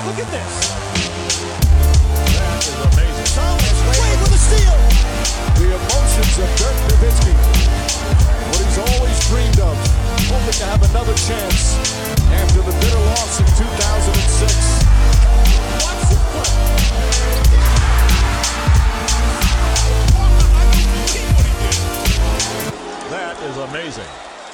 Look at this. That is amazing. Thomas Wade with a steal. The emotions of Dirk Nowitzki. What he's always dreamed of. Hoping to have another chance after the bitter loss in 2006. Watch this play. That is amazing.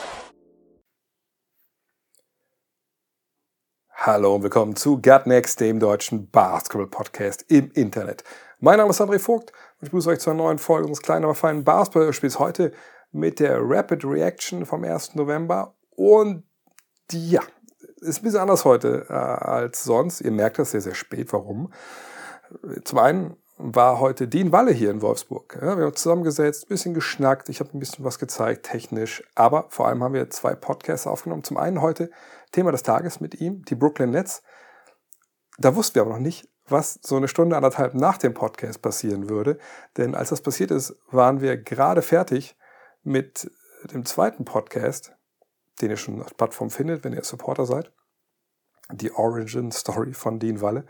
Hallo und willkommen zu Gut Next, dem deutschen Basketball-Podcast im Internet. Mein Name ist André Vogt und ich begrüße euch zu einer neuen Folge unseres kleinen, aber feinen Basketball-Spiels heute mit der Rapid Reaction vom 1. November. Und ja, ist ein bisschen anders heute als sonst. Ihr merkt das sehr, sehr spät. Warum? Zum einen war heute Dean Walle hier in Wolfsburg. Ja, wir haben uns zusammengesetzt, ein bisschen geschnackt, ich habe ein bisschen was gezeigt, technisch, aber vor allem haben wir 2 Podcasts aufgenommen. Zum einen heute Thema des Tages mit ihm, die Brooklyn Nets. Da wussten wir aber noch nicht, was so eine Stunde, anderthalb nach dem Podcast passieren würde, denn als das passiert ist, waren wir gerade fertig mit dem zweiten Podcast, den ihr schon auf der Plattform findet, wenn ihr Supporter seid, die Origin Story von Dean Walle.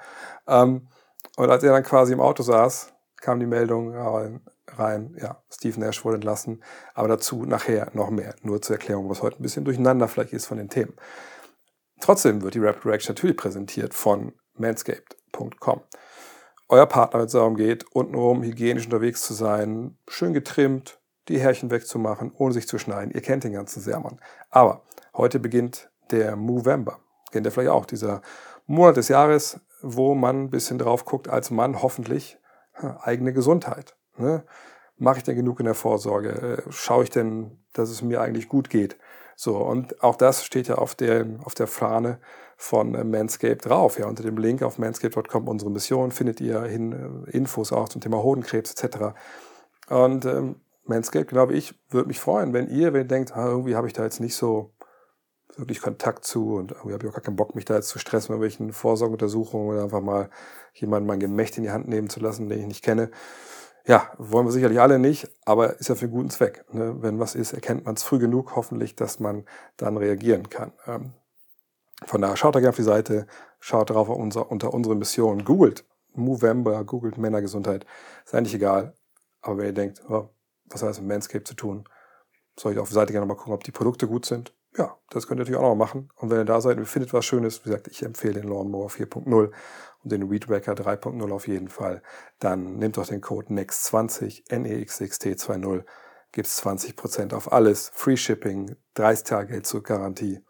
Und als er dann quasi im Auto saß, kam die Meldung rein, ja, Steve Nash wurde entlassen, aber dazu nachher noch mehr, nur zur Erklärung, was heute ein bisschen durcheinander vielleicht ist von den Themen. Trotzdem wird die Rapid Reaction natürlich präsentiert von manscaped.com. Euer Partner, wenn es darum geht, untenrum hygienisch unterwegs zu sein, schön getrimmt, die Härchen wegzumachen, ohne sich zu schneiden. Ihr kennt den ganzen Sermon. Aber heute beginnt der Movember. Kennt ihr vielleicht auch, dieser Monat des Jahres, wo man ein bisschen drauf guckt, als Mann hoffentlich eigene Gesundheit. Ne? Mache ich denn genug in der Vorsorge? Schaue ich denn, dass es mir eigentlich gut geht? So, und auch das steht ja auf der Fahne von Manscaped drauf. Ja, unter dem Link auf manscaped.com, unsere Mission, findet ihr Infos auch zum Thema Hodenkrebs etc. Und Manscaped, genau wie ich, würde mich freuen, wenn ihr denkt, irgendwie habe ich da jetzt nicht so wirklich Kontakt zu und irgendwie habe ich auch gar keinen Bock, mich da jetzt zu stressen mit welchen Vorsorgeuntersuchungen oder einfach mal jemanden mein Gemächt in die Hand nehmen zu lassen, den ich nicht kenne. Ja, wollen wir sicherlich alle nicht, aber ist ja für einen guten Zweck. Ne? Wenn was ist, erkennt man es früh genug, hoffentlich, dass man dann reagieren kann. Von daher schaut da gerne auf die Seite, schaut drauf unter unsere Mission, googelt Movember, googelt Männergesundheit, ist eigentlich egal. Aber wenn ihr denkt, was hat das mit Manscaped zu tun, soll ich auf der Seite gerne mal gucken, ob die Produkte gut sind. Ja, das könnt ihr natürlich auch noch machen. Und wenn ihr da seid und findet was Schönes, wie gesagt, ich empfehle den Lawnmower 4.0 und den Weed Wacker 3.0 auf jeden Fall, dann nehmt doch den Code NEXT20, NEXXT20, gibt es 20% auf alles, Free Shipping, 30 Tage Geld-Zurück-Garantie.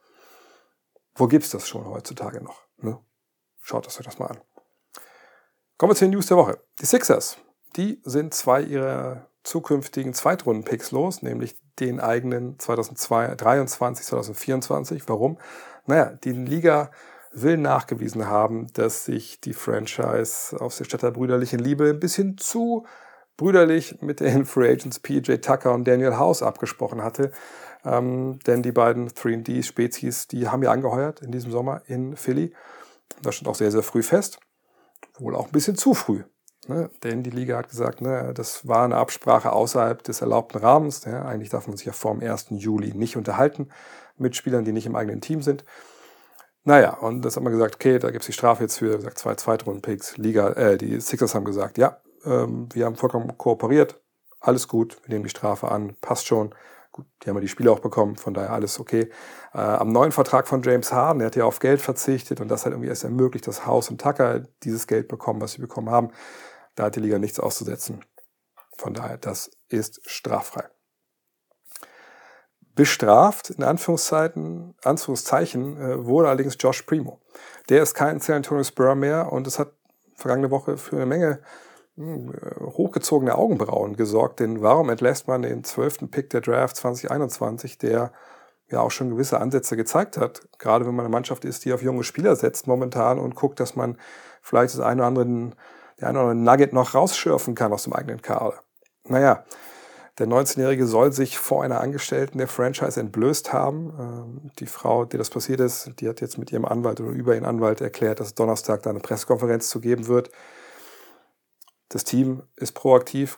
Wo gibt es das schon heutzutage noch? Ne? Schaut euch das mal an. Kommen wir zu den News der Woche. Die Sixers, die sind 2 ihrer zukünftigen Zweitrunden-Picks los, nämlich den eigenen 2023, 2024. Warum? Naja, die Liga will nachgewiesen haben, dass sich die Franchise aus der Stadt der brüderlichen Liebe ein bisschen zu brüderlich mit den Free Agents PJ Tucker und Daniel House abgesprochen hatte. Denn die beiden 3&D-Spezies, die haben ja angeheuert in diesem Sommer in Philly. Das stand auch sehr, sehr früh fest. Wohl auch ein bisschen zu früh. Ne? Denn die Liga hat gesagt, das war eine Absprache außerhalb des erlaubten Rahmens. Ja, eigentlich darf man sich ja vor dem 1. Juli nicht unterhalten mit Spielern, die nicht im eigenen Team sind. Naja, und das hat man gesagt, okay, da gibt es die Strafe jetzt für 2 Zweitrunden-Picks. Die Sixers haben gesagt, ja, wir haben vollkommen kooperiert, alles gut, wir nehmen die Strafe an, passt schon. Gut, die haben ja die Spiele auch bekommen, von daher alles okay. Am neuen Vertrag von James Harden, der hat ja auf Geld verzichtet und das hat irgendwie erst ermöglicht, dass House und Tucker dieses Geld bekommen, was sie bekommen haben. Da hat die Liga nichts auszusetzen. Von daher, das ist straffrei. Bestraft, in Anführungszeichen, wurde allerdings Josh Primo. Der ist kein San Antonio Spur mehr und es hat vergangene Woche für eine Menge hochgezogene Augenbrauen gesorgt, denn warum entlässt man den 12. Pick der Draft 2021, der ja auch schon gewisse Ansätze gezeigt hat, gerade wenn man eine Mannschaft ist, die auf junge Spieler setzt momentan und guckt, dass man vielleicht der eine oder andere Nugget noch rausschürfen kann aus dem eigenen Kader. Naja, der 19-Jährige soll sich vor einer Angestellten der Franchise entblößt haben. Die Frau, der das passiert ist, die hat jetzt mit ihrem Anwalt oder über ihren Anwalt erklärt, dass es Donnerstag da eine Pressekonferenz zu geben wird. Das Team ist proaktiv,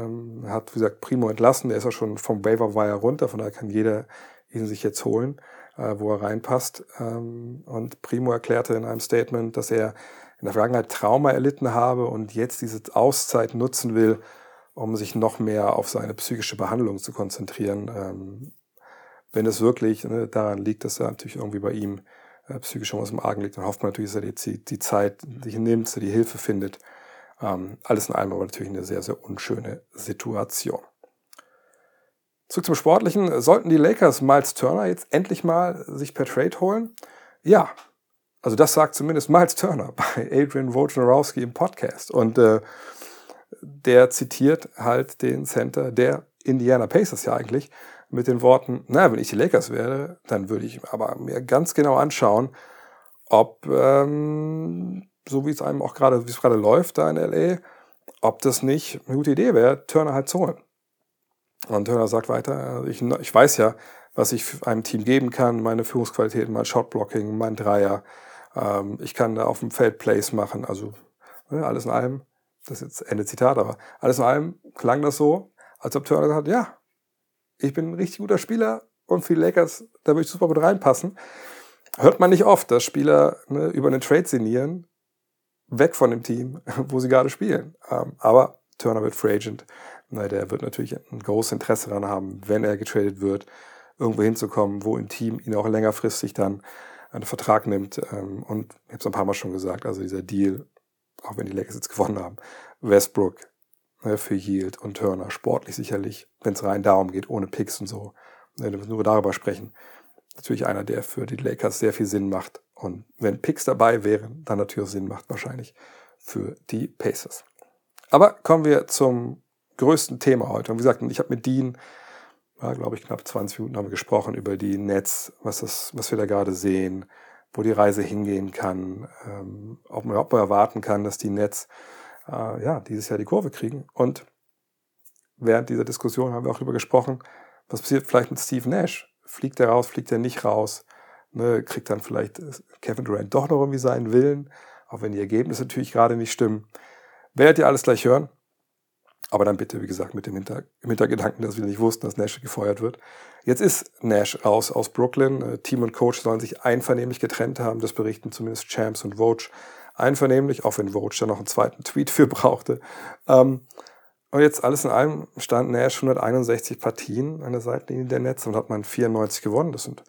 hat, wie gesagt, Primo entlassen. Der ist ja schon vom Waiver Wire runter, von daher kann jeder ihn sich jetzt holen. wo er reinpasst. Und Primo erklärte in einem Statement, dass er in der Vergangenheit Trauma erlitten habe und jetzt diese Auszeit nutzen will, um sich noch mehr auf seine psychische Behandlung zu konzentrieren. Wenn es wirklich daran liegt, dass er natürlich irgendwie bei ihm psychisch schon was im Argen liegt, dann hofft man natürlich, dass er jetzt die Zeit sich nimmt, dass er die Hilfe findet. Alles in allem aber natürlich eine sehr, sehr unschöne Situation. Zurück zum Sportlichen. Sollten die Lakers Miles Turner jetzt endlich mal sich per Trade holen? Ja, also das sagt zumindest Miles Turner bei Adrian Wojnarowski im Podcast. Und der zitiert halt den Center der Indiana Pacers ja eigentlich mit den Worten, naja, wenn ich die Lakers wäre, dann würde ich aber mir ganz genau anschauen, ob, so wie es einem auch gerade, wie es gerade läuft da in L.A., ob das nicht eine gute Idee wäre, Turner halt zu holen. Und Turner sagt weiter, ich weiß ja, was ich einem Team geben kann, meine Führungsqualitäten, mein Shotblocking, mein Dreier. Ich kann da auf dem Feld Plays machen. Also alles in allem, das ist jetzt Ende Zitat, aber alles in allem klang das so, als ob Turner gesagt hat, ja, ich bin ein richtig guter Spieler und für die Lakers, da würde ich super gut reinpassen. Hört man nicht oft, dass Spieler über einen Trade sinnieren, weg von dem Team, wo sie gerade spielen. Aber Turner wird Free Agent. Der wird natürlich ein großes Interesse daran haben, wenn er getradet wird, irgendwo hinzukommen, wo ein Team ihn auch längerfristig dann einen Vertrag nimmt. Und ich habe es ein paar Mal schon gesagt, also dieser Deal, auch wenn die Lakers jetzt gewonnen haben, Westbrook für Hield und Turner, sportlich sicherlich, wenn es rein darum geht, ohne Picks und so, wir müssen nur darüber sprechen. Natürlich einer, der für die Lakers sehr viel Sinn macht. Und wenn Picks dabei wären, dann natürlich Sinn macht wahrscheinlich für die Pacers. Aber kommen wir zum größten Thema heute. Und wie gesagt, ich habe mit Dean, glaube ich, knapp 20 Minuten haben wir gesprochen über die Nets, was wir da gerade sehen, wo die Reise hingehen kann, ob man überhaupt mal erwarten kann, dass die Nets dieses Jahr die Kurve kriegen. Und während dieser Diskussion haben wir auch darüber gesprochen, was passiert vielleicht mit Steve Nash? Fliegt er raus, fliegt er nicht raus? Kriegt dann vielleicht Kevin Durant doch noch irgendwie seinen Willen, auch wenn die Ergebnisse natürlich gerade nicht stimmen. Werdet ihr alles gleich hören. Aber dann bitte, wie gesagt, mit dem Hintergedanken, dass wir nicht wussten, dass Nash gefeuert wird. Jetzt ist Nash raus aus Brooklyn. Team und Coach sollen sich einvernehmlich getrennt haben. Das berichten zumindest Champs und Woj einvernehmlich, auch wenn Woj dann noch einen zweiten Tweet für brauchte. Und jetzt alles in allem stand Nash 161 Partien an der Seitenlinie der Nets und hat man 94 gewonnen. Das sind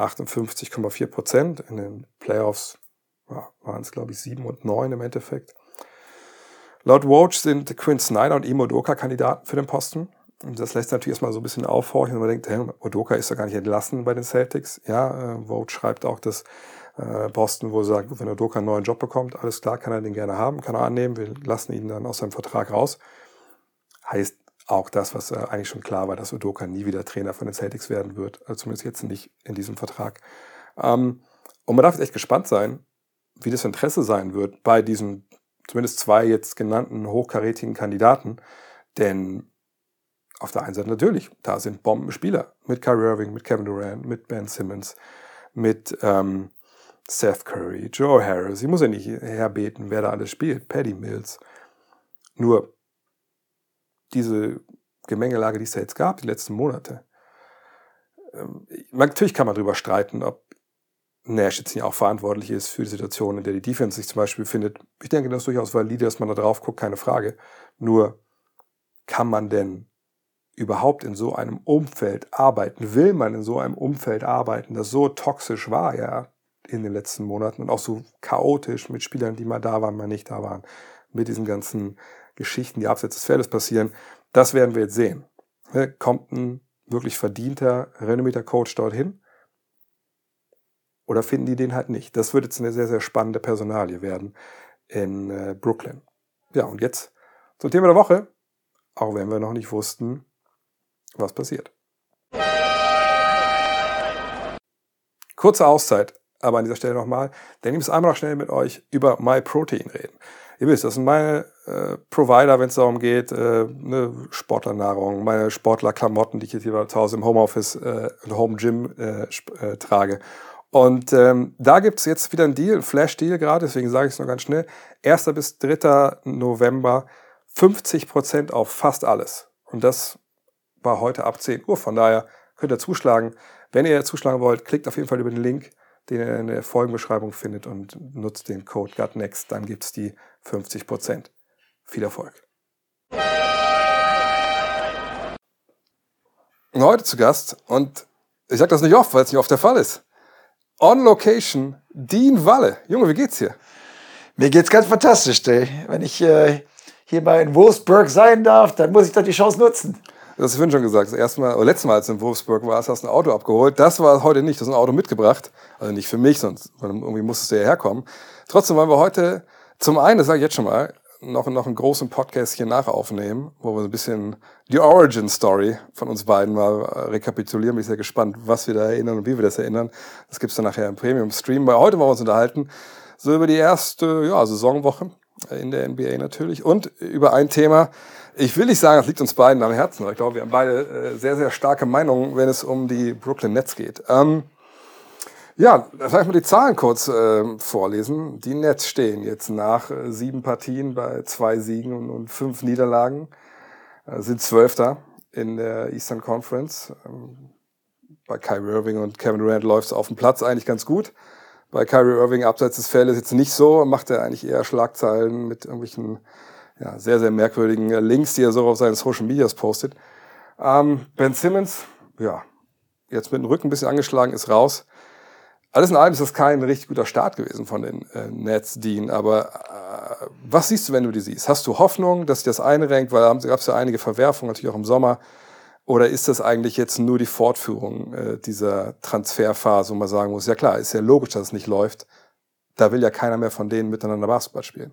58,4%. In den Playoffs waren es, glaube ich, 7 und 9 im Endeffekt. Laut Woj sind Quinn Snyder und Ime Udoka Kandidaten für den Posten. Und das lässt natürlich erstmal so ein bisschen aufhorchen, wenn man denkt, hey, Udoka ist doch gar nicht entlassen bei den Celtics. Ja, Woj schreibt auch, dass Boston wohl sagt, wenn Udoka einen neuen Job bekommt, alles klar, kann er den gerne haben, kann er annehmen, wir lassen ihn dann aus seinem Vertrag raus. Heißt auch das, was eigentlich schon klar war, dass Udoka nie wieder Trainer von den Celtics werden wird, also zumindest jetzt nicht in diesem Vertrag. Und man darf jetzt echt gespannt sein, wie das Interesse sein wird bei diesen zumindest 2 jetzt genannten hochkarätigen Kandidaten, denn auf der einen Seite natürlich, da sind Bombenspieler mit Kyrie Irving, mit Kevin Durant, mit Ben Simmons, mit Seth Curry, Joe Harris, ich muss ja nicht herbeten, wer da alles spielt, Patty Mills. Nur diese Gemengelage, die es ja jetzt gab, die letzten Monate, natürlich kann man darüber streiten, ob Nash jetzt nicht auch verantwortlich ist für die Situation, in der die Defense sich zum Beispiel befindet. Ich denke, das ist durchaus valide, dass man da drauf guckt, keine Frage. Nur, kann man denn überhaupt in so einem Umfeld arbeiten? Will man in so einem Umfeld arbeiten, das so toxisch war, ja, in den letzten Monaten und auch so chaotisch mit Spielern, die mal da waren, mal nicht da waren, mit diesen ganzen Geschichten, die abseits des Feldes passieren? Das werden wir jetzt sehen. Kommt ein wirklich verdienter, renommierter Coach dorthin? Oder finden die den halt nicht? Das wird jetzt eine sehr, sehr spannende Personalie werden in Brooklyn. Ja, und jetzt zum Thema der Woche, auch wenn wir noch nicht wussten, was passiert. Kurze Auszeit, aber an dieser Stelle nochmal, denn ich muss einmal noch schnell mit euch über MyProtein reden. Ihr wisst, das sind meine Provider, wenn es darum geht, eine Sportlernahrung, meine Sportlerklamotten, die ich jetzt hier zu Hause im Homeoffice und Home Gym trage. Und da gibt es jetzt wieder einen Deal, einen Flash-Deal gerade, deswegen sage ich es noch ganz schnell. 1. bis 3. November 50% auf fast alles. Und das war heute ab 10 Uhr, von daher könnt ihr zuschlagen. Wenn ihr zuschlagen wollt, klickt auf jeden Fall über den Link, den ihr in der Folgenbeschreibung findet und nutzt den Code GUTNEXT, dann gibt es die 50%. Viel Erfolg. Und heute zu Gast, und ich sage das nicht oft, weil es nicht oft der Fall ist, on Location, Dean Walle. Junge, wie geht's dir? Mir geht's ganz fantastisch, ey. Wenn ich hier mal in Wolfsburg sein darf, dann muss ich doch die Chance nutzen. Das hast du vorhin schon gesagt. Letztes Mal, als du in Wolfsburg warst, hast du ein Auto abgeholt. Das war heute nicht. Du hast ein Auto mitgebracht. Also nicht für mich, sonst irgendwie musstest du hierher kommen. Trotzdem wollen wir heute zum einen, das sage ich jetzt schon mal, noch einen großen Podcast hier nachaufnehmen, wo wir so ein bisschen die Origin-Story von uns beiden mal rekapitulieren. Bin ich sehr gespannt, was wir da erinnern und wie wir das erinnern. Das gibt's dann nachher im Premium-Stream. Weil heute wollen wir uns unterhalten, so über die erste Saisonwoche in der NBA natürlich und über ein Thema. Ich will nicht sagen, das liegt uns beiden am Herzen, aber ich glaube, wir haben beide sehr, sehr starke Meinungen, wenn es um die Brooklyn Nets geht. Vielleicht mal die Zahlen kurz vorlesen. Die Nets stehen jetzt nach 7 Partien bei 2 Siegen und 5 Niederlagen, sind 12. in der Eastern Conference. Bei Kyrie Irving und Kevin Durant läuft es auf dem Platz eigentlich ganz gut. Bei Kyrie Irving abseits des Feldes jetzt nicht so, macht er eigentlich eher Schlagzeilen mit irgendwelchen sehr, sehr merkwürdigen Links, die er so auf seinen Social Medias postet. Ben Simmons, jetzt mit dem Rücken ein bisschen angeschlagen, ist raus. Alles in allem ist das kein richtig guter Start gewesen von den Nets, Dean. Aber was siehst du, wenn du die siehst? Hast du Hoffnung, dass sich das einrenkt? Weil da gab es ja einige Verwerfungen, natürlich auch im Sommer. Oder ist das eigentlich jetzt nur die Fortführung dieser Transferphase, wo man sagen muss, ja klar, ist ja logisch, dass es nicht läuft. Da will ja keiner mehr von denen miteinander Basketball spielen.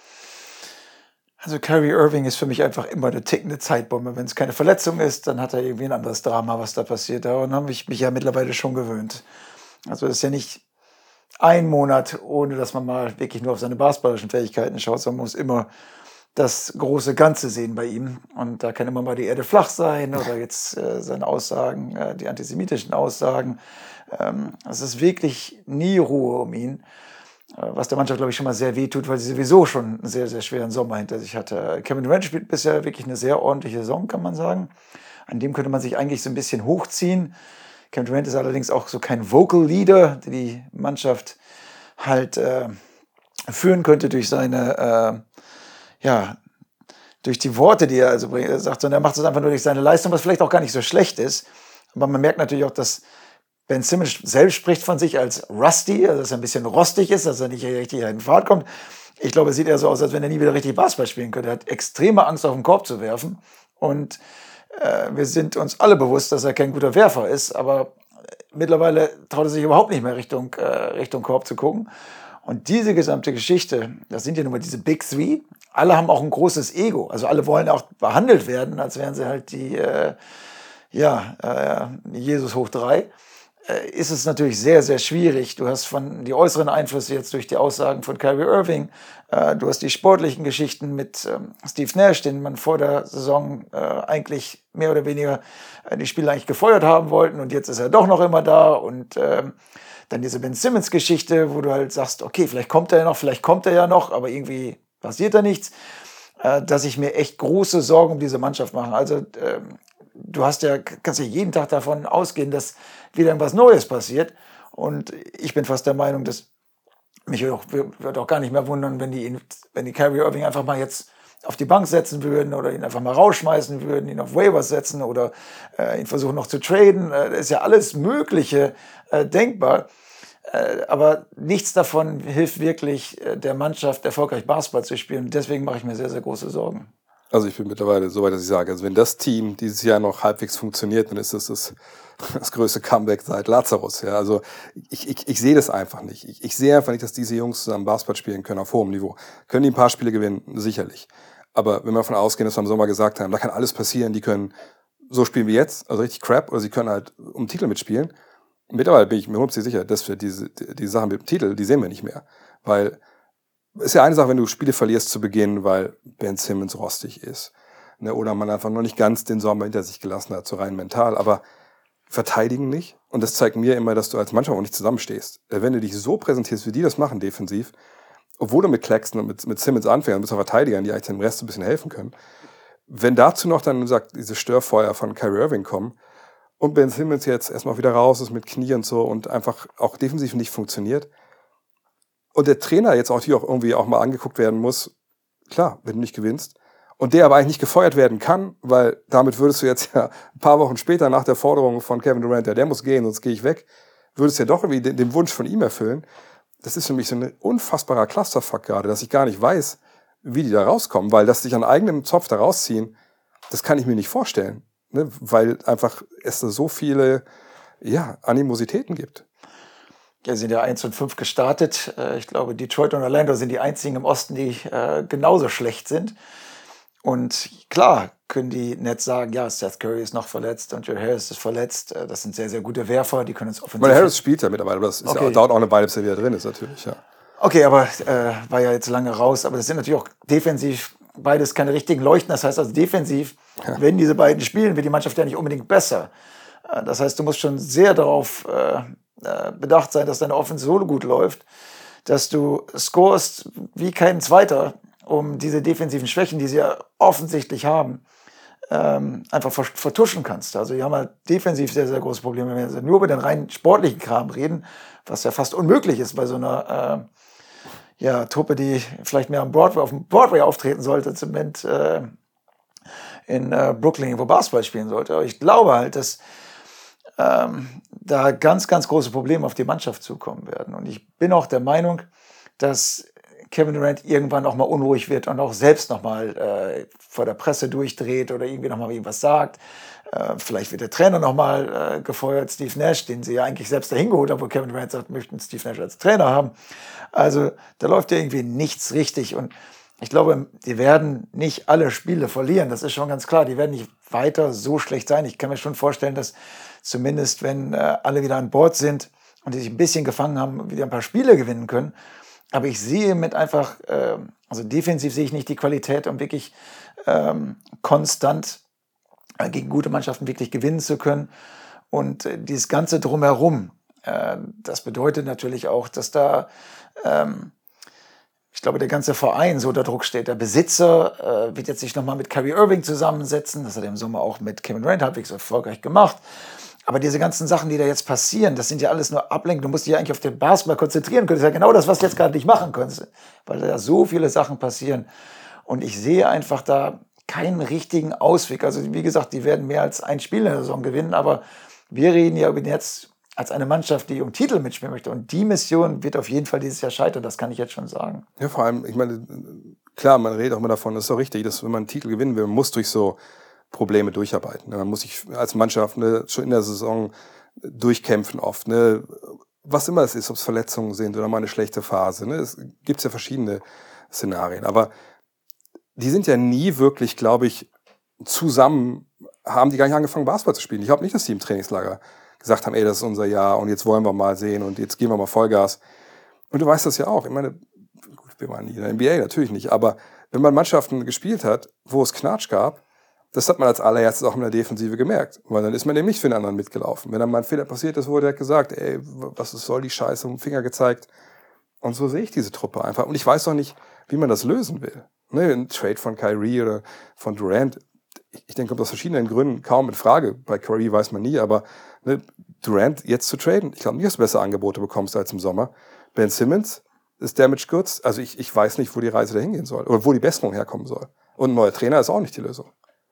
Also Kyrie Irving ist für mich einfach immer eine tickende Zeitbombe. Wenn es keine Verletzung ist, dann hat er irgendwie ein anderes Drama, was da passiert. Daran habe ich mich ja mittlerweile schon gewöhnt. Also es ist ja nicht ein Monat, ohne dass man mal wirklich nur auf seine basketballischen Fähigkeiten schaut, sondern man muss immer das große Ganze sehen bei ihm. Und da kann immer mal die Erde flach sein oder jetzt seine Aussagen, die antisemitischen Aussagen. Es ist wirklich nie Ruhe um ihn. Was der Mannschaft, glaube ich, schon mal sehr wehtut, weil sie sowieso schon einen sehr, sehr schweren Sommer hinter sich hatte. Kevin Durant spielt bisher wirklich eine sehr ordentliche Saison, kann man sagen. An dem könnte man sich eigentlich so ein bisschen hochziehen. Kevin Durant ist allerdings auch so kein Vocal Leader, der die Mannschaft halt führen könnte durch seine, durch die Worte, die er also sagt, sondern er macht es einfach nur durch seine Leistung, was vielleicht auch gar nicht so schlecht ist. Aber man merkt natürlich auch, dass Ben Simmons selbst spricht von sich als rusty, also dass er ein bisschen rostig ist, dass er nicht richtig in Fahrt kommt. Ich glaube, es sieht eher so aus, als wenn er nie wieder richtig Basketball spielen könnte. Er hat extreme Angst, auf den Korb zu werfen. Und wir sind uns alle bewusst, dass er kein guter Werfer ist, aber mittlerweile traut er sich überhaupt nicht mehr Richtung Korb zu gucken. Und diese gesamte Geschichte, das sind ja nun mal diese Big Three, alle haben auch ein großes Ego. Also alle wollen auch behandelt werden, als wären sie halt die Jesus hoch 3. Ist es natürlich sehr, sehr schwierig. Du hast von die äußeren Einflüsse jetzt durch die Aussagen von Kyrie Irving, du hast die sportlichen Geschichten mit Steve Nash, den man vor der Saison eigentlich mehr oder weniger die Spieler eigentlich gefeuert haben wollten und jetzt ist er doch noch immer da und dann diese Ben Simmons Geschichte, wo du halt sagst, okay, vielleicht kommt er ja noch, aber irgendwie passiert da nichts, dass ich mir echt große Sorgen um diese Mannschaft mache. Also kannst ja jeden Tag davon ausgehen, dass wieder irgendwas Neues passiert. Und ich bin fast der Meinung, dass mich würde auch gar nicht mehr wundern, wenn die Kyrie Irving einfach mal jetzt auf die Bank setzen würden oder ihn einfach mal rausschmeißen würden, ihn auf Waivers setzen oder ihn versuchen noch zu traden. Das ist ja alles Mögliche denkbar. Aber nichts davon hilft wirklich der Mannschaft, erfolgreich Basketball zu spielen. Deswegen mache ich mir sehr, sehr große Sorgen. Also ich bin mittlerweile so weit, dass ich sage, also wenn das Team dieses Jahr noch halbwegs funktioniert, dann ist das größte Comeback seit Lazarus. Ja, also ich sehe das einfach nicht. Ich sehe einfach nicht, dass diese Jungs zusammen Basketball spielen können auf hohem Niveau. Können die ein paar Spiele gewinnen? Sicherlich. Aber wenn wir davon ausgehen, dass wir im Sommer gesagt haben, da kann alles passieren, die können so spielen wie jetzt, also richtig Crap, oder sie können halt um Titel mitspielen. Mittlerweile bin ich mir hundertprozentig sicher, dass wir die Sachen mit dem Titel, die sehen wir nicht mehr. Weil ist ja eine Sache, wenn du Spiele verlierst zu Beginn, weil Ben Simmons rostig ist. Ne, oder man einfach noch nicht ganz den Sommer hinter sich gelassen hat, so rein mental. Aber verteidigen nicht. Und das zeigt mir immer, dass du als Mannschaft auch nicht zusammenstehst. Wenn du dich so präsentierst, wie die das machen defensiv, obwohl du mit Claxton und mit Simmons anfängst, bist du Verteidigern, die eigentlich dem Rest ein bisschen helfen können. Wenn dazu noch dann, sagt, diese Störfeuer von Kyrie Irving kommen und Ben Simmons jetzt erstmal wieder raus ist mit Knie und so und einfach auch defensiv nicht funktioniert und der Trainer jetzt auch irgendwie auch mal angeguckt werden muss, klar, wenn du nicht gewinnst, und der aber eigentlich nicht gefeuert werden kann, weil damit würdest du jetzt ja ein paar Wochen später nach der Forderung von Kevin Durant, der muss gehen, sonst gehe ich weg, würdest ja doch irgendwie den Wunsch von ihm erfüllen. Das ist für mich so ein unfassbarer Clusterfuck gerade, dass ich gar nicht weiß, wie die da rauskommen, weil das sich an eigenem Zopf da rausziehen, das kann ich mir nicht vorstellen, ne? Weil einfach es da so viele Animositäten gibt. Ja, sind ja 1-5 gestartet. Ich glaube, Detroit und Orlando sind die einzigen im Osten, die genauso schlecht sind. Und klar können die Nets sagen, ja, Seth Curry ist noch verletzt und Joe Harris ist verletzt. Das sind sehr, sehr gute Werfer, die können uns offensiv... Weil Harris spielt ja mittlerweile, aber das ist dauert auch eine Weile, bis er wieder drin ist natürlich, ja. Okay, aber war ja jetzt lange raus. Aber das sind natürlich auch defensiv beides keine richtigen Leuchten. Das heißt also defensiv, wenn diese beiden spielen, wird die Mannschaft ja nicht unbedingt besser. Das heißt, du musst schon sehr darauf bedacht sein, dass deine Offense so gut läuft, dass du scorest wie kein Zweiter, um diese defensiven Schwächen, die sie ja offensichtlich haben, einfach vertuschen kannst. Also die haben halt defensiv sehr, sehr große Probleme. Wenn wir nur über den rein sportlichen Kram reden, was ja fast unmöglich ist bei so einer Truppe, die vielleicht mehr auf dem Broadway auftreten sollte, zumindest in Brooklyn, wo Basketball spielen sollte. Aber ich glaube halt, dass da ganz, ganz große Probleme auf die Mannschaft zukommen werden. Und ich bin auch der Meinung, dass Kevin Durant irgendwann auch mal unruhig wird und auch selbst noch mal vor der Presse durchdreht oder irgendwie noch mal irgendwas sagt. Vielleicht wird der Trainer noch mal gefeuert, Steve Nash, den sie ja eigentlich selbst dahin geholt haben, wo Kevin Durant sagt, möchten Steve Nash als Trainer haben. Also da läuft ja irgendwie nichts richtig. Und ich glaube, die werden nicht alle Spiele verlieren. Das ist schon ganz klar. Die werden nicht weiter so schlecht sein. Ich kann mir schon vorstellen, dass zumindest, wenn alle wieder an Bord sind und die sich ein bisschen gefangen haben, wieder ein paar Spiele gewinnen können. Aber ich sehe mit einfach, also defensiv sehe ich nicht die Qualität, um wirklich konstant gegen gute Mannschaften wirklich gewinnen zu können. Und dieses Ganze drumherum, das bedeutet natürlich auch, dass da, ich glaube, der ganze Verein so unter Druck steht. Der Besitzer wird jetzt sich nochmal mit Kyrie Irving zusammensetzen. Das hat er im Sommer auch mit Kevin Durant halbwegs erfolgreich gemacht. Aber diese ganzen Sachen, die da jetzt passieren, das sind ja alles nur Ablenkungen. Du musst dich ja eigentlich auf den Basketball konzentrieren können. Das ist ja genau das, was du jetzt gerade nicht machen kannst. Weil da so viele Sachen passieren. Und ich sehe einfach da keinen richtigen Ausweg. Also wie gesagt, die werden mehr als ein Spiel in der Saison gewinnen. Aber wir reden ja über jetzt als eine Mannschaft, die um Titel mitspielen möchte. Und die Mission wird auf jeden Fall dieses Jahr scheitern. Das kann ich jetzt schon sagen. Ja, vor allem, ich meine, klar, man redet auch immer davon, das ist doch richtig, dass wenn man einen Titel gewinnen will, man muss durch so Probleme durcharbeiten. Man muss sich als Mannschaft schon in der Saison durchkämpfen oft. Was immer es ist, ob es Verletzungen sind oder mal eine schlechte Phase. Es gibt ja verschiedene Szenarien. Aber die sind ja nie wirklich, glaube ich, zusammen, haben die gar nicht angefangen, Basketball zu spielen. Ich glaube nicht, dass die im Trainingslager gesagt haben, ey, das ist unser Jahr und jetzt wollen wir mal sehen und jetzt geben wir mal Vollgas. Und du weißt das ja auch. Ich meine, gut, wir waren nie in der NBA, natürlich nicht. Aber wenn man Mannschaften gespielt hat, wo es Knatsch gab, das hat man als allererstes auch in der Defensive gemerkt. Weil dann ist man eben nicht für den anderen mitgelaufen. Wenn dann mal ein Fehler passiert ist, wurde er gesagt, ey, was soll die Scheiße, mit dem Finger gezeigt. Und so sehe ich diese Truppe einfach. Und ich weiß auch nicht, wie man das lösen will. Ein Trade von Kyrie oder von Durant, ich denke, kommt aus verschiedenen Gründen kaum in Frage. Bei Kyrie weiß man nie, aber Durant jetzt zu traden, ich glaube nicht, dass du bessere Angebote bekommst als im Sommer. Ben Simmons ist damaged goods. Also ich weiß nicht, wo die Reise dahin gehen soll oder wo die Besserung herkommen soll. Und ein neuer Trainer ist auch nicht die Lösung.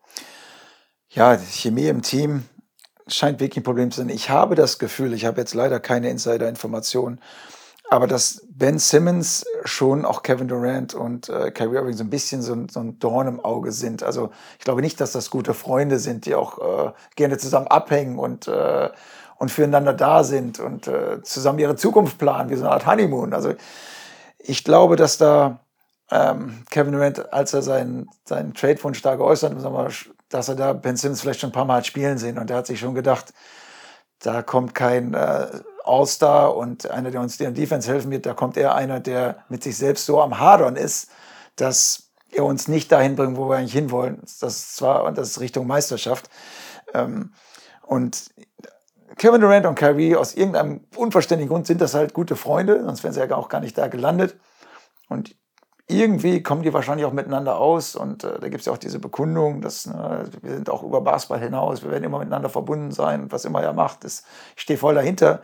Ja, die Chemie im Team scheint wirklich ein Problem zu sein. Ich habe das Gefühl, ich habe jetzt leider keine Insider-Informationen, aber dass Ben Simmons schon auch Kevin Durant und Kyrie Irving so ein bisschen so ein Dorn im Auge sind. Also ich glaube nicht, dass das gute Freunde sind, die auch gerne zusammen abhängen und füreinander da sind und zusammen ihre Zukunft planen, wie so eine Art Honeymoon. Also ich glaube, dass da Kevin Durant, als er seinen Trade-Wunsch da geäußert hat, dass er da Ben Simmons vielleicht schon ein paar Mal hat spielen sehen. Und er hat sich schon gedacht, da kommt kein All-Star und einer, der uns in der Defense helfen wird. Da kommt eher einer, der mit sich selbst so am Hadern ist, dass er uns nicht dahin bringt, wo wir eigentlich hinwollen. Das ist Richtung Meisterschaft. Und Kevin Durant und Kyrie, aus irgendeinem unverständlichen Grund sind das halt gute Freunde, sonst wären sie ja auch gar nicht da gelandet. Und irgendwie kommen die wahrscheinlich auch miteinander aus und da gibt es ja auch diese Bekundung, dass wir sind auch über Basketball hinaus, wir werden immer miteinander verbunden sein und was immer er macht, ich stehe voll dahinter.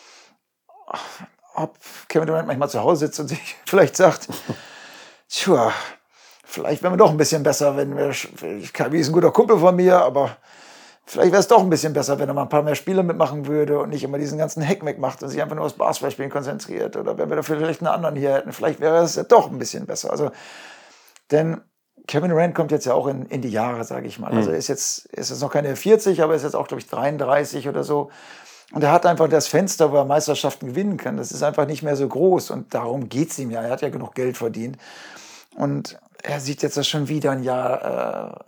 Ob Kevin Durant manchmal zu Hause sitzt und sich vielleicht sagt, tja, vielleicht wären wir doch ein bisschen besser, Kyrie ist ein guter Kumpel von mir, aber vielleicht wäre es doch ein bisschen besser, wenn er mal ein paar mehr Spiele mitmachen würde und nicht immer diesen ganzen Heckmeck macht und sich einfach nur aufs Basketballspielen konzentriert. Oder wenn wir dafür vielleicht einen anderen hier hätten, vielleicht wäre es ja doch ein bisschen besser. Also, denn Kevin Durant kommt jetzt ja auch in die Jahre, sage ich mal. Also er ist jetzt noch keine 40, aber er ist jetzt auch, glaube ich, 33 oder so. Und er hat einfach das Fenster, wo er Meisterschaften gewinnen kann. Das ist einfach nicht mehr so groß und darum geht es ihm ja. Er hat ja genug Geld verdient. Und er sieht jetzt, dass schon wieder ein Jahr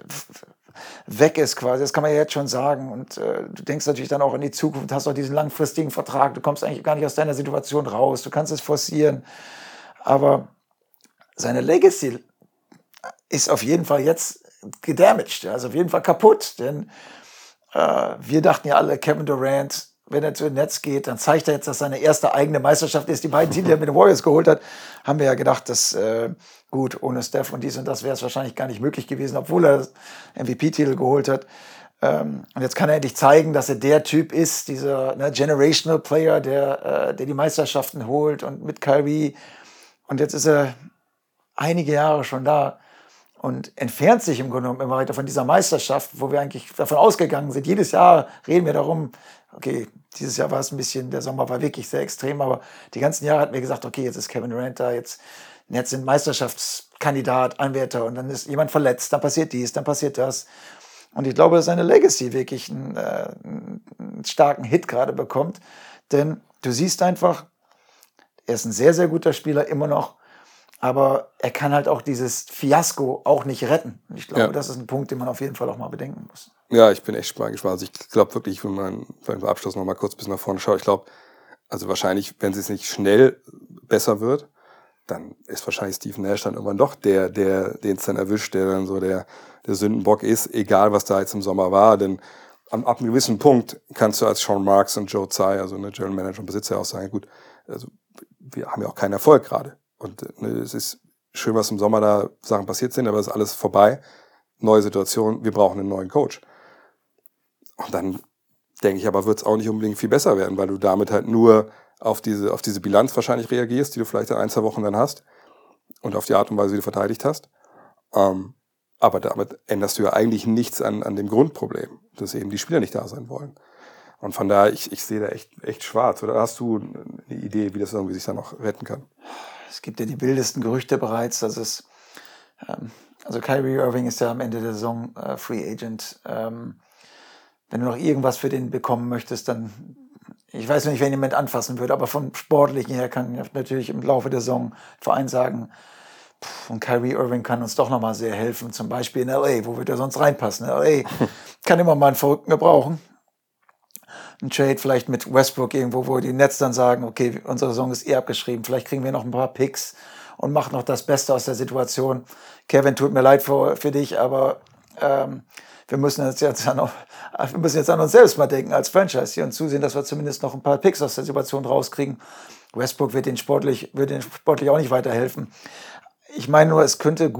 weg ist quasi, das kann man ja jetzt schon sagen und du denkst natürlich dann auch in die Zukunft, hast auch diesen langfristigen Vertrag, du kommst eigentlich gar nicht aus deiner Situation raus, du kannst es forcieren, aber seine Legacy ist auf jeden Fall jetzt gedamaged, also auf jeden Fall kaputt, denn wir dachten ja alle, Kevin Durant, wenn er zu den Nets geht, dann zeigt er jetzt, dass seine erste eigene Meisterschaft ist. Die beiden Titel, die er mit den Warriors geholt hat, haben wir ja gedacht, dass gut, ohne Steph und dies und das wäre es wahrscheinlich gar nicht möglich gewesen, obwohl er MVP-Titel geholt hat. Und jetzt kann er endlich zeigen, dass er der Typ ist, dieser Generational Player, der die Meisterschaften holt und mit Kyrie. Und jetzt ist er einige Jahre schon da und entfernt sich im Grunde genommen immer weiter von dieser Meisterschaft, wo wir eigentlich davon ausgegangen sind. Jedes Jahr reden wir darum, okay, dieses Jahr war es ein bisschen, der Sommer war wirklich sehr extrem, aber die ganzen Jahre hatten wir gesagt, okay, jetzt ist Kevin Durant da, jetzt sind Meisterschaftskandidat, Anwärter und dann ist jemand verletzt, dann passiert dies, dann passiert das. Und ich glaube, dass seine Legacy wirklich einen starken Hit gerade bekommt, denn du siehst einfach, er ist ein sehr, sehr guter Spieler, immer noch, aber er kann halt auch dieses Fiasko auch nicht retten. Und ich glaube, das ist ein Punkt, den man auf jeden Fall auch mal bedenken muss. Ja, ich bin echt mal gespannt. Also ich glaube wirklich, wenn man beim Abschluss noch mal kurz ein bisschen nach vorne schaut, ich glaube, also wahrscheinlich, wenn es nicht schnell besser wird, dann ist wahrscheinlich Steve Nash dann irgendwann doch den es dann erwischt, der dann so der Sündenbock ist, egal was da jetzt im Sommer war, denn ab einem gewissen Punkt kannst du als Sean Marks und Joe Tsai, also eine General Manager und Besitzer, auch sagen, gut, also wir haben ja auch keinen Erfolg gerade und es ist schön, was im Sommer da Sachen passiert sind, aber es ist alles vorbei, neue Situation, wir brauchen einen neuen Coach. Und dann denke ich aber, wird es auch nicht unbedingt viel besser werden, weil du damit halt nur auf diese Bilanz wahrscheinlich reagierst, die du vielleicht in 1-2 Wochen dann hast und auf die Art und Weise, wie du verteidigt hast. Aber damit änderst du ja eigentlich nichts an dem Grundproblem, dass eben die Spieler nicht da sein wollen. Und von daher, ich sehe da echt schwarz. Oder hast du eine Idee, wie das irgendwie sich dann noch retten kann? Es gibt ja die wildesten Gerüchte bereits, dass es also Kyrie Irving ist ja am Ende der Saison Free Agent. Wenn du noch irgendwas für den bekommen möchtest, dann, ich weiß nicht, wen jemand anfassen würde, aber vom Sportlichen her kann natürlich im Laufe der Saison Verein sagen, und Kyrie Irving kann uns doch nochmal sehr helfen, zum Beispiel in L.A., wo wir da sonst reinpassen. L.A. kann immer mal einen Verrückten gebrauchen. Ein Trade vielleicht mit Westbrook irgendwo, wo die Nets dann sagen, okay, unsere Saison ist abgeschrieben, vielleicht kriegen wir noch ein paar Picks und machen noch das Beste aus der Situation. Kevin, tut mir leid für dich, aber wir müssen jetzt an uns selbst mal denken als Franchise hier und zusehen, dass wir zumindest noch ein paar Picks aus der Situation rauskriegen. Westbrook wird den sportlich auch nicht weiterhelfen. Ich meine nur, es könnte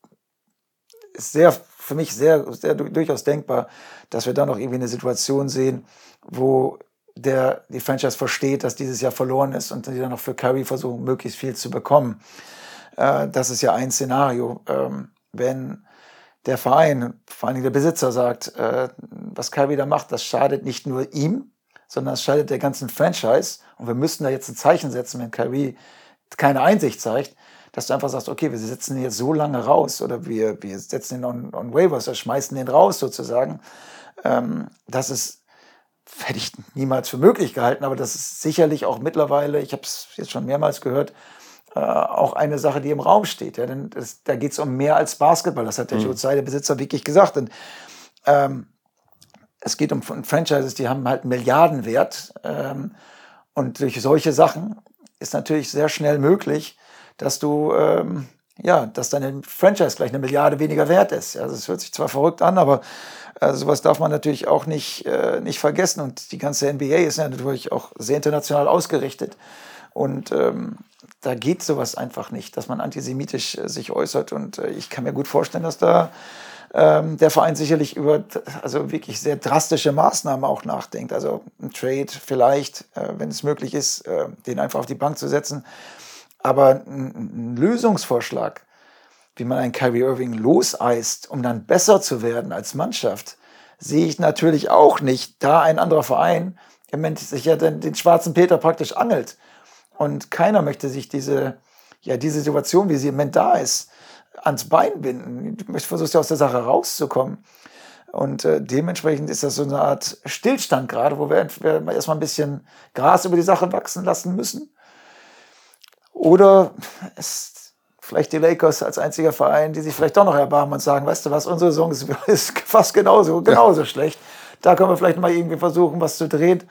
für mich sehr durchaus denkbar, dass wir da noch irgendwie eine Situation sehen, wo die Franchise versteht, dass dieses Jahr verloren ist und die dann noch für Kyrie versuchen, möglichst viel zu bekommen. Das ist ja ein Szenario, wenn der Verein, vor allem der Besitzer sagt, was Kyrie da macht, das schadet nicht nur ihm, sondern das schadet der ganzen Franchise. Und wir müssen da jetzt ein Zeichen setzen, wenn Kyrie keine Einsicht zeigt, dass du einfach sagst, okay, wir setzen ihn jetzt so lange raus oder wir setzen ihn on Waivers, wir schmeißen den raus sozusagen. Das hätte ich niemals für möglich gehalten, aber das ist sicherlich auch mittlerweile, ich habe es jetzt schon mehrmals gehört, auch eine Sache, die im Raum steht. Ja, denn da geht es um mehr als Basketball. Das hat der Joe Tsai, der Besitzer, wirklich gesagt. Und es geht um Franchises, die haben halt Milliardenwert. Und durch solche Sachen ist natürlich sehr schnell möglich, dass dass deine Franchise gleich 1 Milliarde weniger wert ist. Also es hört sich zwar verrückt an, aber sowas darf man natürlich auch nicht vergessen. Und die ganze NBA ist ja natürlich auch sehr international ausgerichtet. Und da geht sowas einfach nicht, dass man antisemitisch sich äußert. Und ich kann mir gut vorstellen, dass da der Verein sicherlich über wirklich sehr drastische Maßnahmen auch nachdenkt. Also ein Trade vielleicht, wenn es möglich ist, den einfach auf die Bank zu setzen. Aber ein Lösungsvorschlag, wie man einen Kyrie Irving loseist, um dann besser zu werden als Mannschaft, sehe ich natürlich auch nicht, da ein anderer Verein im Moment sich ja den schwarzen Peter praktisch angelt. Und keiner möchte sich diese Situation, wie sie im Moment da ist, ans Bein binden. Du versuchst ja aus der Sache rauszukommen. Und dementsprechend ist das so eine Art Stillstand gerade, wo wir erstmal ein bisschen Gras über die Sache wachsen lassen müssen. Oder es vielleicht die Lakers als einziger Verein, die sich vielleicht doch noch erbarmen und sagen, weißt du was, unsere Saison ist fast genauso schlecht. Da können wir vielleicht mal irgendwie versuchen, was zu drehen.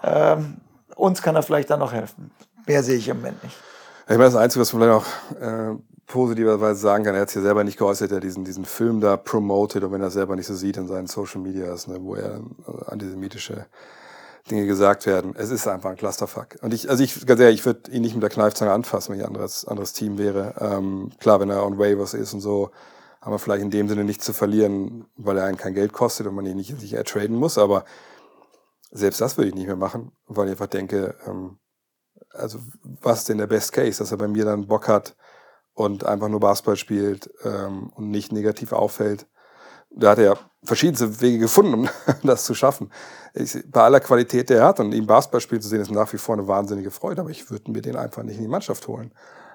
Uns kann er vielleicht dann noch helfen. Mehr sehe ich im Moment nicht. Ich meine, das Einzige, was man vielleicht auch positiverweise sagen kann, er hat es hier selber nicht geäußert, er diesen Film da promotet, und wenn er es selber nicht so sieht in seinen Social Medias, ne, wo er antisemitische Dinge gesagt werden. Es ist einfach ein Clusterfuck. Und ich ganz ehrlich, ich würde ihn nicht mit der Kneifzange anfassen, wenn ich ein anderes Team wäre. Klar, wenn er on Waivers ist und so, haben wir vielleicht in dem Sinne nichts zu verlieren, weil er einen kein Geld kostet und man ihn nicht sich ertraden muss. Aber selbst das würde ich nicht mehr machen, weil ich einfach denke, also was ist denn der Best Case, dass er bei mir dann Bock hat und einfach nur Basketball spielt und nicht negativ auffällt. Da hat er verschiedenste Wege gefunden, um das zu schaffen. Bei aller Qualität, die er hat, und ihm Basketball spielen zu sehen, ist nach wie vor eine wahnsinnige Freude, aber ich würde mir den einfach nicht in die Mannschaft holen.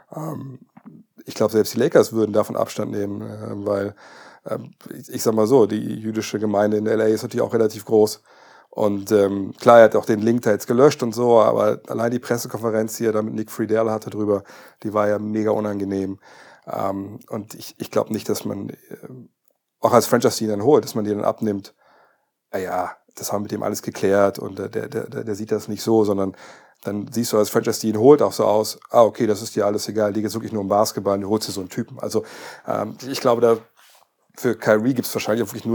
Ich glaube, selbst die Lakers würden davon Abstand nehmen, weil, ich sag mal so, die jüdische Gemeinde in LA ist natürlich auch relativ groß. Und klar, er hat auch den Link da jetzt gelöscht und so, aber allein die Pressekonferenz, die er da mit Nick Friedel hatte drüber, die war ja mega unangenehm. Und ich glaube nicht, dass man auch als Franchise ihn dann holt, dass man die dann abnimmt. Ja, das haben wir mit dem alles geklärt und der sieht das nicht so, sondern dann siehst du als Franchise, die ihn holt, auch so aus, okay, das ist dir alles egal, die geht's wirklich nur um Basketball und du holst dir so einen Typen. Also ich glaube, da für Kyrie gibt's wahrscheinlich wirklich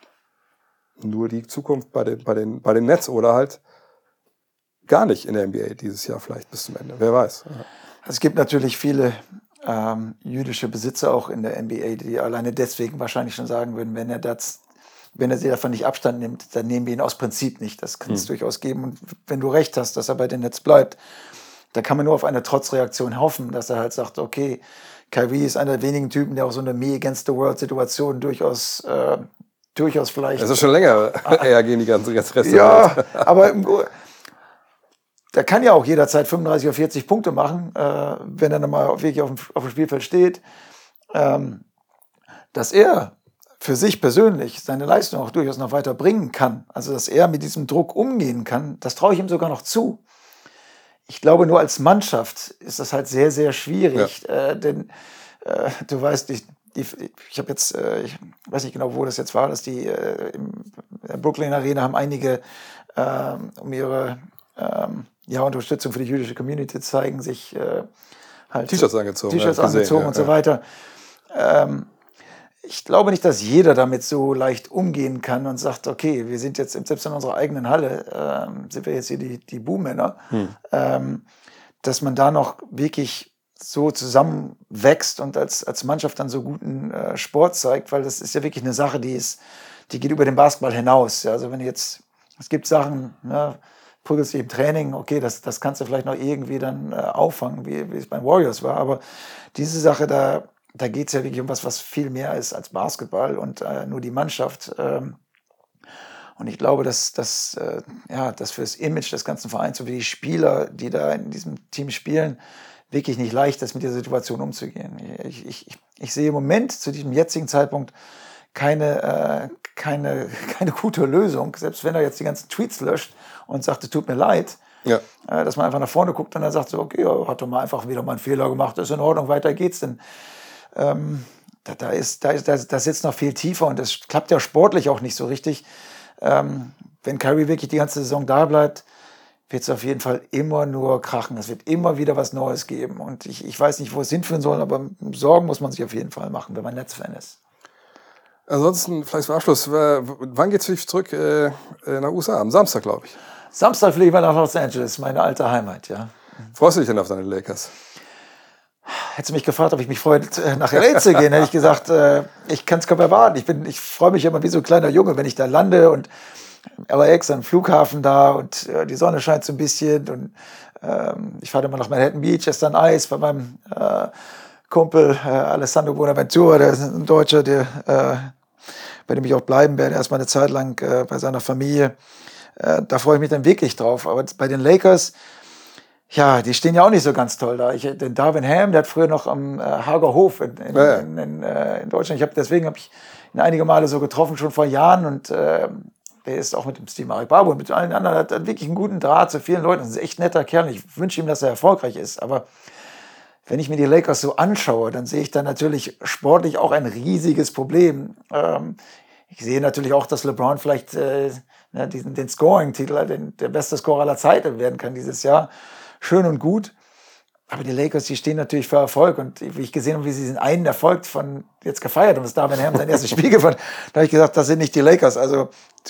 nur die Zukunft bei den Nets oder halt gar nicht in der NBA dieses Jahr vielleicht bis zum Ende. Wer weiß. Ja. Es gibt natürlich viele jüdische Besitzer auch in der NBA, die alleine deswegen wahrscheinlich schon sagen würden, wenn er sie davon nicht Abstand nimmt, dann nehmen wir ihn aus Prinzip nicht. Das kann es durchaus geben. Und wenn du recht hast, dass er bei den Nets bleibt, da kann man nur auf eine Trotzreaktion hoffen, dass er halt sagt, okay, Kyrie ist einer der wenigen Typen, der auch so eine Me-against-the-World-Situation durchaus vielleicht... Das ist schon länger eher gegen die ganze Rest ja, aber der kann ja auch jederzeit 35 oder 40 Punkte machen, wenn er nochmal wirklich auf dem Spielfeld steht. Dass er für sich persönlich seine Leistung auch durchaus noch weiter bringen kann, also dass er mit diesem Druck umgehen kann, das traue ich ihm sogar noch zu. Ich glaube, nur als Mannschaft ist das halt sehr, sehr schwierig, denn du weißt, ich habe jetzt, ich weiß nicht genau, wo das jetzt war, dass die in der Brooklyn Arena haben einige um ihre Unterstützung für die jüdische Community zu zeigen, sich halt T-Shirts angezogen und so weiter. Ich glaube nicht, dass jeder damit so leicht umgehen kann und sagt, okay, wir sind jetzt selbst in unserer eigenen Halle, sind wir jetzt hier die Buhmänner, dass man da noch wirklich so zusammenwächst und als Mannschaft dann so guten Sport zeigt, weil das ist ja wirklich eine Sache, die geht über den Basketball hinaus. Ja, also wenn es gibt Sachen, ne, prügelst dich im Training, okay, das kannst du vielleicht noch irgendwie dann auffangen, wie es beim Warriors war, aber diese Sache, da geht es ja wirklich um was viel mehr ist als Basketball und nur die Mannschaft. Und ich glaube, dass für das Image des ganzen Vereins sowie die Spieler, die da in diesem Team spielen, wirklich nicht leicht ist, mit der Situation umzugehen. Ich sehe im Moment zu diesem jetzigen Zeitpunkt keine gute Lösung, selbst wenn er jetzt die ganzen Tweets löscht und sagt, es tut mir leid, dass man einfach nach vorne guckt und dann sagt so, okay, hat doch mal einfach wieder mal einen Fehler gemacht, ist in Ordnung, weiter geht's. Denn da sitzt noch viel tiefer und das klappt ja sportlich auch nicht so richtig. Wenn Kyrie wirklich die ganze Saison da bleibt, wird es auf jeden Fall immer nur krachen. Es wird immer wieder was Neues geben. Und ich weiß nicht, wo es hinführen soll, aber Sorgen muss man sich auf jeden Fall machen, wenn man Nets-Fan ist. Ansonsten, vielleicht zum Abschluss, wann geht's für dich zurück nach USA? Am Samstag, glaube ich. Samstag fliege ich mal nach Los Angeles, meine alte Heimat, ja. Freust du dich denn auf deine Lakers? Hättest du mich gefragt, ob ich mich freue, nach LA zu gehen, hätte ich gesagt, ich kann es kaum erwarten. Ich freue mich immer wie so ein kleiner Junge, wenn ich da lande und LAX am Flughafen da und die Sonne scheint so ein bisschen und ich fahre immer nach Manhattan Beach, esse dann Eis bei meinem Kumpel Alessandro Bonaventura, der ist ein Deutscher, bei dem ich auch bleiben werde, erstmal eine Zeit lang bei seiner Familie. Da freue ich mich dann wirklich drauf. Aber bei den Lakers, ja, die stehen ja auch nicht so ganz toll da. Den Darvin Ham, der hat früher noch am Hager Hof in Deutschland. Deswegen habe ich ihn einige Male so getroffen, schon vor Jahren. Und der ist auch mit dem Steve Maribabu und mit allen anderen, hat wirklich einen guten Draht zu vielen Leuten. Das ist ein echt netter Kerl. Ich wünsche ihm, dass er erfolgreich ist. Aber wenn ich mir die Lakers so anschaue, dann sehe ich da natürlich sportlich auch ein riesiges Problem. Ich sehe natürlich auch, dass LeBron vielleicht den Scoring-Titel, der beste Scorer aller Zeiten werden kann dieses Jahr. Schön und gut. Aber die Lakers, die stehen natürlich für Erfolg. Und wie ich gesehen habe, wie sie diesen einen Erfolg von jetzt gefeiert haben, das Darvin Ham sein erstes Spiel gewonnen, da habe ich gesagt, das sind nicht die Lakers. Also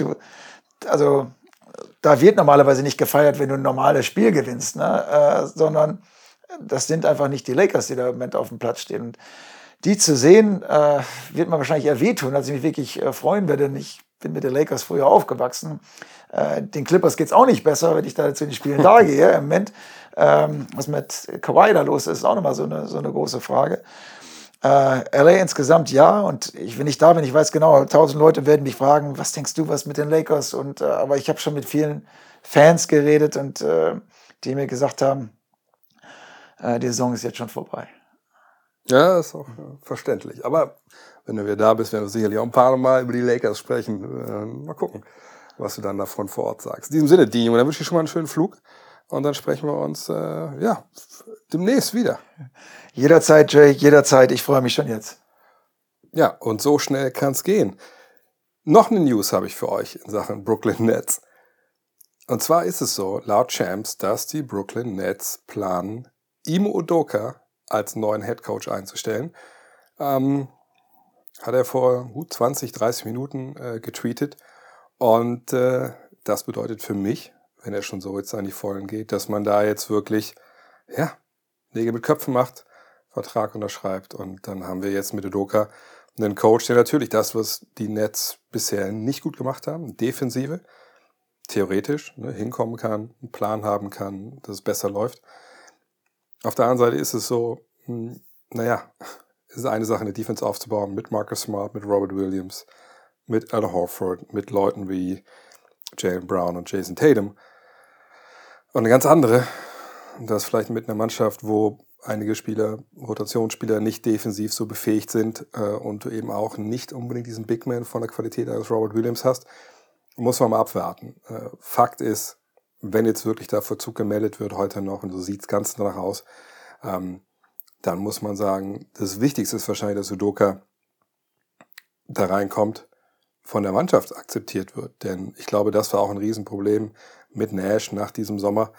da wird normalerweise nicht gefeiert, wenn du ein normales Spiel gewinnst, ne? Sondern das sind einfach nicht die Lakers, die da im Moment auf dem Platz stehen. Und die zu sehen, wird mir wahrscheinlich eher wehtun, als ich mich wirklich freuen werde. Denn ich bin mit den Lakers früher aufgewachsen. Den Clippers geht es auch nicht besser, wenn ich da zu den Spielen da gehe. Im Moment, was mit Kawhi da los ist auch nochmal so eine große Frage. LA insgesamt ja, und wenn ich da bin, ich weiß genau, 1000 Leute werden mich fragen, was denkst du, was mit den Lakers? Aber ich habe schon mit vielen Fans geredet und die mir gesagt haben, die Saison ist jetzt schon vorbei. Ja, ist auch verständlich. Aber wenn du wieder da bist, werden wir sicherlich auch ein paar Mal über die Lakers sprechen. Mal gucken, was du dann davon vor Ort sagst. In diesem Sinne, Dino, dann wünsche ich schon mal einen schönen Flug. Und dann sprechen wir uns demnächst wieder. Jederzeit, Jay, jederzeit. Ich freue mich schon jetzt. Ja, und so schnell kann es gehen. Noch eine News habe ich für euch in Sachen Brooklyn Nets. Und zwar ist es so, laut Champs, dass die Brooklyn Nets planen, Ime Udoka als neuen Headcoach einzustellen. Hat er vor gut 20, 30 Minuten getweetet. Und das bedeutet für mich, wenn er schon so jetzt an die Vollen geht, dass man da jetzt wirklich Nägel mit Köpfen macht, Vertrag unterschreibt. Und dann haben wir jetzt mit Udoka einen Coach, der natürlich das, was die Nets bisher nicht gut gemacht haben, Defensive, theoretisch hinkommen kann, einen Plan haben kann, dass es besser läuft. Auf der anderen Seite ist es so, es ist eine Sache, eine Defense aufzubauen mit Marcus Smart, mit Robert Williams, mit Al Horford, mit Leuten wie Jaylen Brown und Jason Tatum. Und eine ganz andere, das vielleicht mit einer Mannschaft, wo einige Spieler, Rotationsspieler, nicht defensiv so befähigt sind und du eben auch nicht unbedingt diesen Big Man von der Qualität eines Robert Williams hast, muss man mal abwarten. Fakt ist, wenn jetzt wirklich da Verzug gemeldet wird heute noch, und so sieht es ganz danach aus, dann muss man sagen, das Wichtigste ist wahrscheinlich, dass Udoka da reinkommt, von der Mannschaft akzeptiert wird. Denn ich glaube, das war auch ein Riesenproblem mit Nash nach diesem Sommer.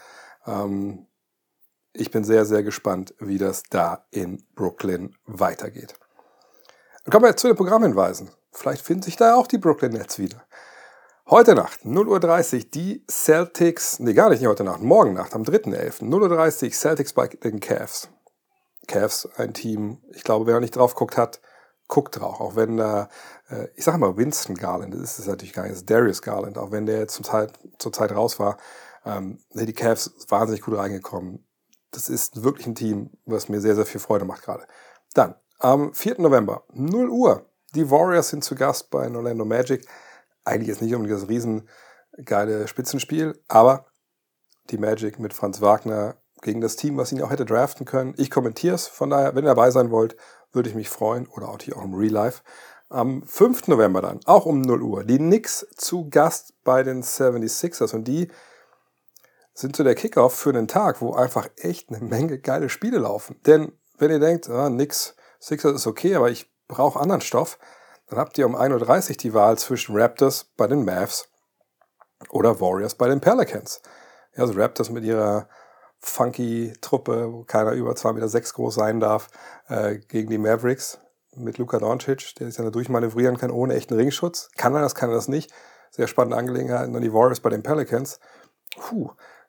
Ich bin sehr, sehr gespannt, wie das da in Brooklyn weitergeht. Dann kommen wir jetzt zu den Programmhinweisen. Vielleicht finden sich da auch die Brooklyn Nets wieder. Heute Nacht, 0:30 Uhr, die Celtics, gar nicht heute Nacht, morgen Nacht, am 3.11., 0:30 Uhr, Celtics bei den Cavs. Cavs, ein Team, ich glaube, wer noch nicht drauf geguckt hat, guckt drauf. Auch wenn da, ich sage mal Winston Garland, das ist es natürlich gar nicht, das ist Darius Garland, auch wenn der jetzt zur Zeit raus war, die Cavs wahnsinnig gut reingekommen. Das ist wirklich ein Team, was mir sehr, sehr viel Freude macht gerade. Dann, am 4. November, 0 Uhr, die Warriors sind zu Gast bei Orlando Magic. Eigentlich ist nicht unbedingt das riesengeile Spitzenspiel, aber die Magic mit Franz Wagner gegen das Team, was ihn auch hätte draften können. Ich kommentiere es, von daher, wenn ihr dabei sein wollt, würde ich mich freuen, oder auch hier auch im Real Life. Am 5. November dann, auch um 0 Uhr, die Knicks zu Gast bei den 76ers, und die sind so der Kickoff für einen Tag, wo einfach echt eine Menge geile Spiele laufen. Denn wenn ihr denkt, Knicks, Sixers ist okay, aber ich brauche anderen Stoff, dann habt ihr um 1:30 Uhr die Wahl zwischen Raptors bei den Mavs oder Warriors bei den Pelicans. Ja, also Raptors mit ihrer funky Truppe, wo keiner über 2,6 Meter groß sein darf, gegen die Mavericks mit Luka Doncic, der sich dann da durchmanövrieren kann ohne echten Ringschutz. Kann er das nicht? Sehr spannende Angelegenheit. Und dann die Warriors bei den Pelicans.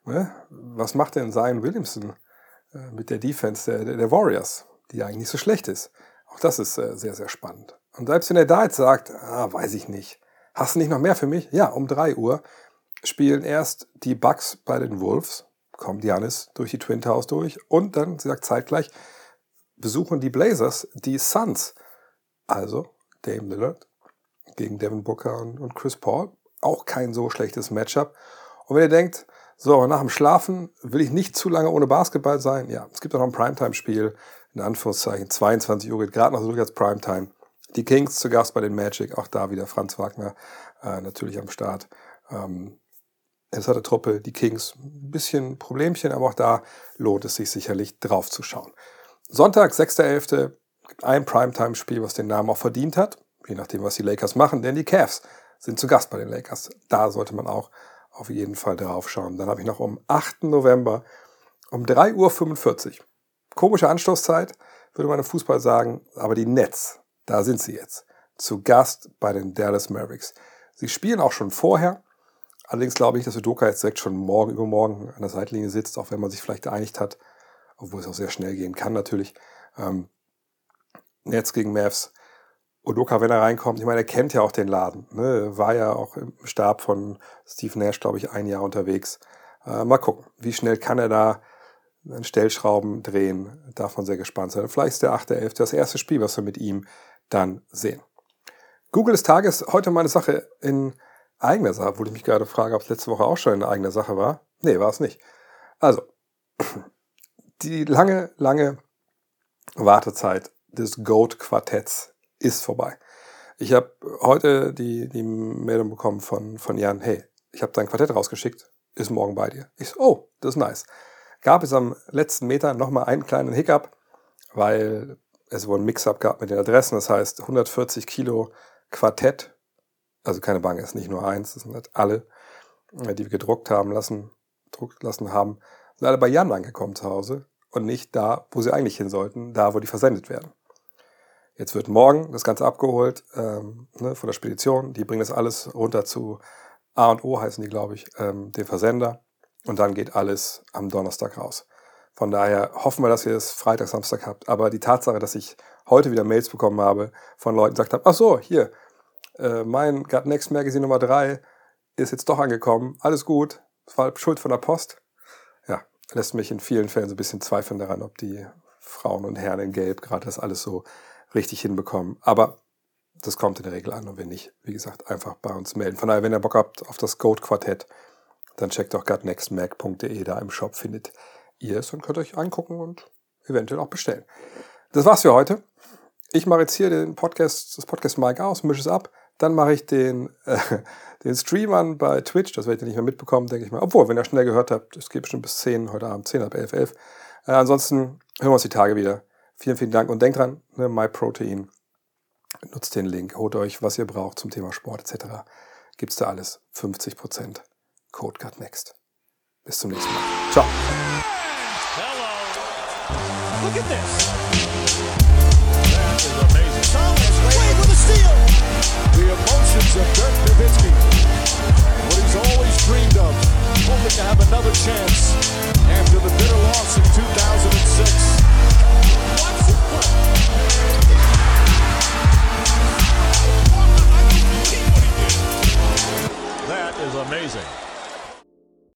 Ne? Was macht denn Zion Williamson mit der Defense der Warriors, die eigentlich nicht so schlecht ist? Auch das ist sehr, sehr spannend. Und selbst wenn er da jetzt sagt, weiß ich nicht, hast du nicht noch mehr für mich? Ja, um 3 Uhr spielen erst die Bucks bei den Wolves, kommt Giannis durch die Twin Towers durch und dann, sie sagt zeitgleich, besuchen die Blazers die Suns. Also Dame Lillard gegen Devin Booker und Chris Paul. Auch kein so schlechtes Matchup. Und wenn ihr denkt, so, nach dem Schlafen will ich nicht zu lange ohne Basketball sein. Ja, es gibt auch noch ein Primetime-Spiel, in Anführungszeichen, 22 Uhr, geht gerade noch so durch als Primetime. Die Kings zu Gast bei den Magic, auch da wieder Franz Wagner natürlich am Start. Es hat eine Truppe, die Kings, ein bisschen Problemchen, aber auch da lohnt es sich sicherlich drauf zu schauen. Sonntag, 6.11., gibt ein Primetime-Spiel, was den Namen auch verdient hat, je nachdem, was die Lakers machen, denn die Cavs sind zu Gast bei den Lakers. Da sollte man auch auf jeden Fall drauf schauen. Dann habe ich noch am 8. November um 3.45 Uhr. Komische Anstoßzeit, würde man im Fußball sagen, aber die Nets, da sind sie jetzt, zu Gast bei den Dallas Mavericks. Sie spielen auch schon vorher, allerdings glaube ich, dass Udoka jetzt direkt schon übermorgen an der Seitenlinie sitzt, auch wenn man sich vielleicht geeinigt hat, obwohl es auch sehr schnell gehen kann natürlich. Nets gegen Mavs. Udoka, wenn er reinkommt, ich meine, er kennt ja auch den Laden, ne? War ja auch im Stab von Steve Nash, glaube ich, 1 Jahr unterwegs. Mal gucken, wie schnell kann er da an Stellschrauben drehen, darf man sehr gespannt sein. Vielleicht ist der 8.11. das erste Spiel, was wir mit ihm dann sehen. Google des Tages, heute mal eine Sache in eigener Sache, obwohl ich mich gerade frage, ob es letzte Woche auch schon in eigener Sache war. Nee, war es nicht. Also, die lange, lange Wartezeit des GOAT-Quartetts ist vorbei. Ich habe heute die Meldung bekommen von Jan, hey, ich habe dein Quartett rausgeschickt, ist morgen bei dir. Ich so, oh, das ist nice. Gab es am letzten Meter nochmal einen kleinen Hiccup, weil es wohl ein Mix-up gab mit den Adressen, das heißt 140 Kilo Quartett, also keine Bange, ist nicht nur eins, das sind halt alle, die wir gedruckt lassen haben, sind alle bei Jan angekommen zu Hause und nicht da, wo sie eigentlich hin sollten, da, wo die versendet werden. Jetzt wird morgen das Ganze abgeholt von der Spedition. Die bringen das alles runter zu A&O, heißen die, glaube ich, dem Versender. Und dann geht alles am Donnerstag raus. Von daher hoffen wir, dass ihr es Freitag, Samstag habt. Aber die Tatsache, dass ich heute wieder Mails bekommen habe von Leuten, die gesagt haben, ach so, hier, mein Got Next Magazine Nummer 3 ist jetzt doch angekommen. Alles gut, es war Schuld von der Post. Ja, lässt mich in vielen Fällen so ein bisschen zweifeln daran, ob die Frauen und Herren in Gelb gerade das alles so richtig hinbekommen. Aber das kommt in der Regel an und wenn nicht, wie gesagt, einfach bei uns melden. Von daher, wenn ihr Bock habt auf das GOAT-Quartett, dann checkt doch gotnextmag.de, da im Shop findet ihr es und könnt euch angucken und eventuell auch bestellen. Das war's für heute. Ich mache jetzt hier das Podcast-Mic aus, mische es ab, dann mache ich den Stream an bei Twitch, das werdet ihr nicht mehr mitbekommen, denke ich mal. Obwohl, wenn ihr schnell gehört habt, es geht bestimmt bis 10 heute Abend, 10 ab 11. Ansonsten hören wir uns die Tage wieder. Vielen, vielen Dank und denkt dran, MyProtein, nutzt den Link, holt euch, was ihr braucht zum Thema Sport etc. Gibt's da alles, 50%. Code GotNext. Bis zum nächsten Mal. Ciao. Hello. Look at this. That is amazing. Thomas, Wade with a